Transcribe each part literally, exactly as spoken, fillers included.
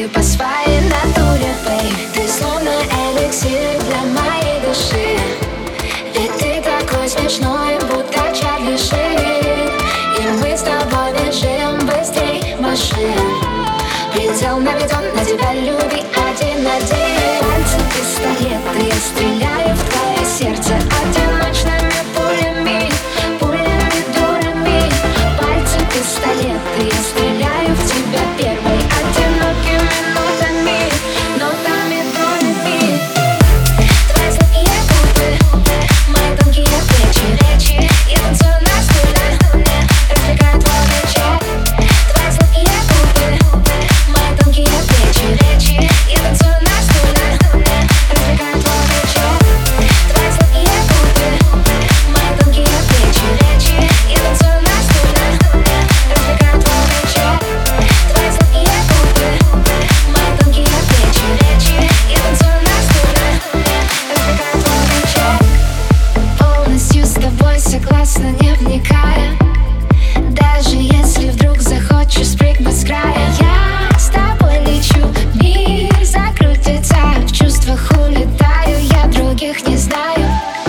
ты по своей натуре, бэй. Ты словно эликсир для моей души. Ведь ты такой смешной, будто Чарли Шин. И мы с тобой бежим быстрей машин. Предел наведен на тебя, люби один на один. Пальцы пистолеты, я стреляю в твое сердце одиночными пулями, пулями, дулями. Пальцы пистолеты, я стреляю в тебя первой, одинокими нотами, нотами, долями. Твои сладкие губы, мои тонкие плечи, речи. Я танцую на стуле, развлекаю твой вечер. Твои сладкие губы, мои тонкие плечи, речи. Я танцую на стуле, развлекаю твой вечер. Твои сладкие губы, мои тонкие плечи, речи. Я танцую на стуле, развлекаю твой вечер. Твои сладкие губы, мои тонкие плечи, речи. Я танцую на стуле, развлекаю твой вечер. Полностью с тобой согласна, не вникая. Даже если вдруг захочешь спрыгнуть с края, я с тобой лечу, мир закрутится, в чувствах улетаю, я других не знаю.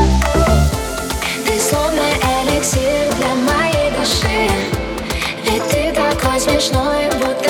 Ты словно эликсир для моей души. Ведь ты такой смешной, будто